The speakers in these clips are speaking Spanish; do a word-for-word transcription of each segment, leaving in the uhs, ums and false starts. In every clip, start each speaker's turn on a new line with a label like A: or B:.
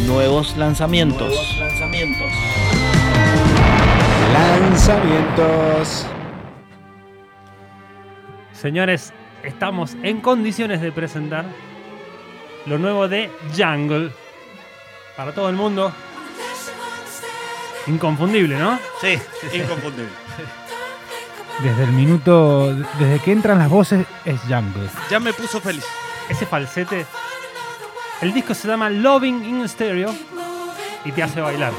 A: Nuevos lanzamientos. Nuevos lanzamientos.
B: Lanzamientos.
C: Señores, estamos en condiciones de presentar lo nuevo de Jungle. Para todo el mundo. Inconfundible, ¿no?
D: Sí, inconfundible.
B: Desde el minuto, desde que entran las voces, es Jungle.
D: Ya me puso feliz.
C: Ese falsete. El disco se llama Loving in Stereo y te hace bailar.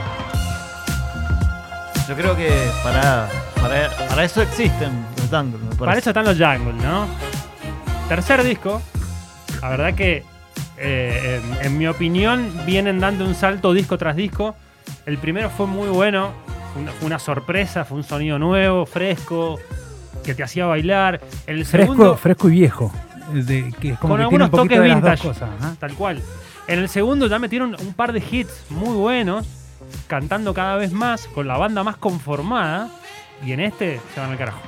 A: Yo creo que para, para, para eso existen los Jungle.
C: Para eso están los Jungle, ¿no? Tercer disco. La verdad que, eh, en, en mi opinión, vienen dando un salto disco tras disco. El primero fue muy bueno. Fue una, fue una sorpresa, fue un sonido nuevo, fresco, que te hacía bailar. El
B: fresco,
C: segundo,
B: fresco y viejo. De, que es como
C: con
B: que
C: algunos
B: tiene un
C: toques
B: de las
C: vintage,
B: dos cosas, ¿eh?
C: Tal cual. En el segundo ya metieron un par de hits muy buenos, cantando cada vez más, con la banda más conformada. Y en este se van al carajo.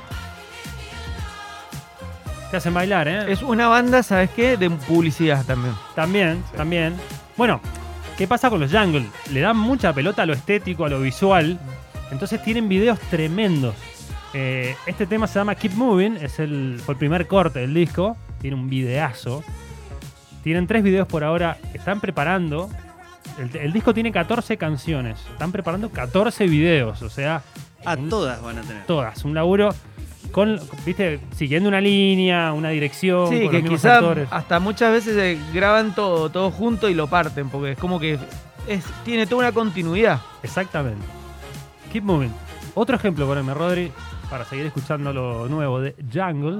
C: Te hacen bailar, ¿eh?
E: Es una banda, ¿sabes qué? De publicidad también.
C: También, sí. también. Bueno, ¿qué pasa con los Jungle? Le dan mucha pelota a lo estético, a lo visual. Entonces tienen videos tremendos. Eh, este tema se llama Keep Moving, es el, fue el primer corte del disco. Tiene un videazo. Tienen tres videos por ahora. Están preparando. El, el disco tiene catorce canciones. Están preparando catorce videos. O sea.
D: Ah,
C: un,
D: todas van a tener.
C: Todas. Un laburo con, viste, siguiendo una línea, una dirección.
E: Sí,
C: con
E: que
C: los mismos
E: quizás
C: actores.
E: hasta muchas veces eh, graban todo, todo junto y lo parten. Porque es como que es, tiene toda una continuidad.
C: Exactamente. Keep Moving. Otro ejemplo, poneme, Rodri, para seguir escuchando lo nuevo de Jungle.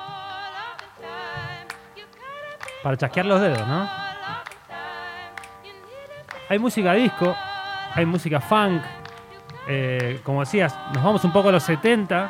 C: Para chasquear los dedos, ¿no? Hay música disco, hay música funk. Eh, como decías, nos vamos un poco a los setenta.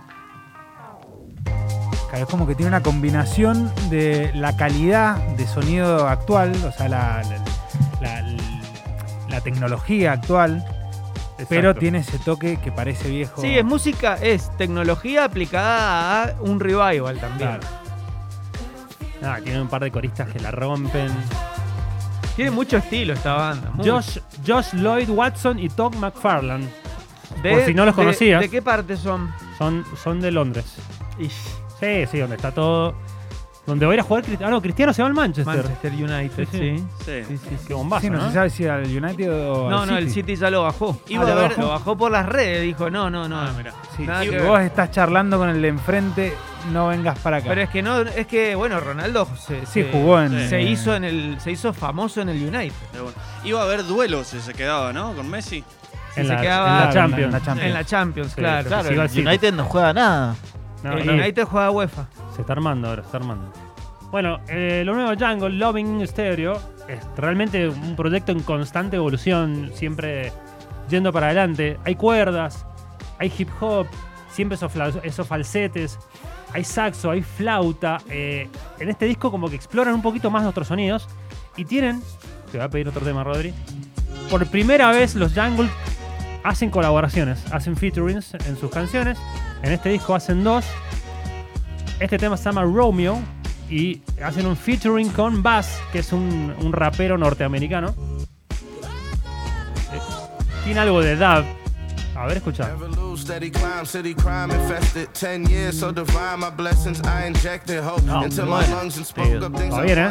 B: Claro, es como que tiene una combinación de la calidad de sonido actual, o sea, la, la, la, la tecnología actual. Exacto. Pero tiene ese toque que parece viejo.
E: Sí, es música, es tecnología aplicada a un revival también.
C: Claro. Ah, tienen un par de coristas que la rompen.
E: Tiene mucho estilo esta banda.
C: Josh, Josh Lloyd Watson y Todd McFarlane.
E: De,
C: Por si no los
E: de,
C: conocías.
E: ¿De qué parte son?
C: Son, son de Londres.
E: Ish.
C: Sí, sí, donde está todo. Donde va a ir a jugar Cristiano. Ah, no, Cristiano se va al Manchester.
E: Manchester United, sí.
C: Sí,
E: sí.
D: Sí.
E: sí, sí, sí.
C: Qué bombazo,
B: sí, no,
C: ¿no?
B: se sabe si al United o
E: No,
B: al
E: no,
B: City.
E: el City ya lo bajó.
D: Iba
E: ah,
D: a
E: lo,
D: ver-
E: bajó. lo bajó por las redes, dijo, no, no, no.
D: Ah, mirá.
B: Sí.
E: Nada
B: Si
E: que
B: vos
E: ver.
B: estás charlando con el de enfrente, no vengas para acá.
E: Pero es que no, es que bueno, Ronaldo se,
B: Sí,
E: se-
B: jugó en-
E: se hizo en el, se hizo famoso en el United.
D: Pero bueno. Iba a haber duelos si se quedaba, ¿no? Con Messi.
E: Si
C: En
E: se
C: la-
E: quedaba
C: en la
B: en
C: Champions.
B: la Champions.
E: En la Champions,
C: Sí,
E: claro.
A: Claro,
C: Sí, va
A: el
C: al City.
A: United no juega nada.
C: No,
E: el
C: no,
E: United juega UEFA.
C: se está armando ahora, se está armando. Bueno, eh, lo nuevo Jungle, Loving in Stereo, es realmente un proyecto en constante evolución, siempre yendo para adelante. Hay cuerdas, hay hip hop, siempre esos, fla- esos falsetes, hay saxo, hay flauta. Eh, en este disco como que exploran un poquito más de otros sonidos y tienen, te voy a pedir otro tema, Rodri, por primera vez los Jungle hacen colaboraciones, hacen featurings en sus canciones. En este disco hacen dos. Este tema se llama Romeo y hacen un featuring con Bass, que es un, un rapero norteamericano. Eh, tiene algo de dub. A ver, escucha.
A: No, bueno.
C: Eh, va bien, ¿eh?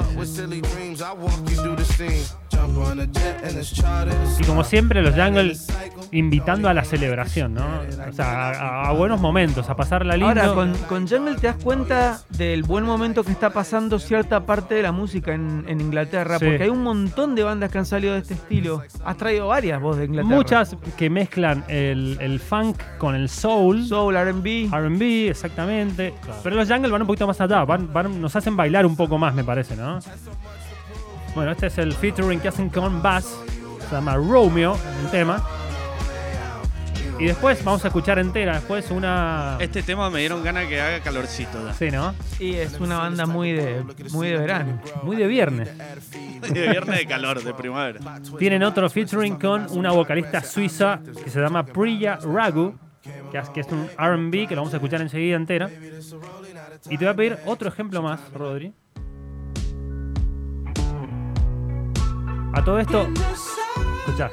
C: Y como siempre, los Jungle invitando a la celebración, ¿no? O sea, a, a buenos momentos, a pasarla lindo.
E: Ahora, con, con Jungle te das cuenta del buen momento que está pasando cierta parte de la música en, en Inglaterra,
C: Sí.
E: porque hay un montón de bandas que han salido de este estilo. Has traído varias vos de Inglaterra.
C: Muchas que mezclan el, el funk con el soul.
E: Soul, R and B.
C: R and B, exactamente. Pero los Jungle van un poquito más allá, van, van- nos hacen bailar un poco más, me parece, ¿no? Bueno, este es el featuring que hacen con Bass, se llama Romeo, el tema. Y después vamos a escuchar entera, después una...
D: Este tema me dieron ganas que haga calorcito. ¿Da?
C: Sí, ¿no?
E: Y es una banda muy de, muy de verano.
C: Muy de viernes.
D: De viernes de calor, de primavera.
C: Tienen otro featuring con una vocalista suiza que se llama Priya Raghu, que es, que es un R and B que lo vamos a escuchar enseguida entera. Y te voy a pedir otro ejemplo más, Rodri. A todo esto, escuchá.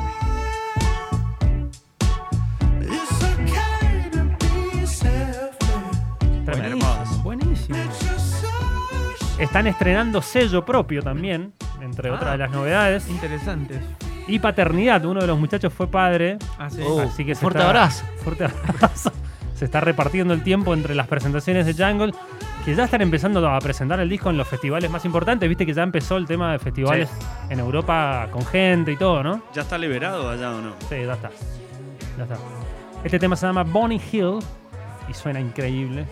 C: Tremendo.
D: Hermoso.
E: Buenísimo.
C: Están estrenando sello propio también, entre
E: Ah.
C: otras de las novedades.
E: Interesante.
C: Y paternidad, uno de los muchachos fue padre.
E: Ah, sí.
A: Oh,
C: Así que se
A: fuerte
C: está-
A: abrazo.
C: Fuerte abrazo. Se está repartiendo el tiempo entre las presentaciones de Jungle, que ya están empezando a presentar el disco en los festivales más importantes. Viste que ya empezó el tema de festivales en Europa con gente y todo, ¿no?
D: ¿Ya está liberado allá o no?
C: Sí, ya está. Ya está. Este tema se llama Bonnie Hill y suena increíble.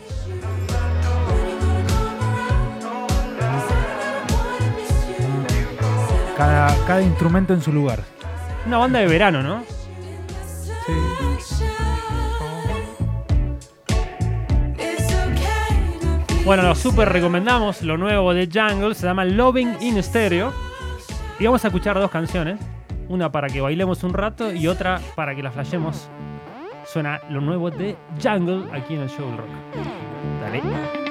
B: Cada, cada instrumento en su lugar.
C: Una banda de verano, ¿no? Bueno, lo super recomendamos. Lo nuevo de Jungle se llama Loving in Stereo. Y vamos a escuchar dos canciones. Una para que bailemos un rato y otra para que la flashemos. Suena lo nuevo de Jungle aquí en el Show del Rock. Dale.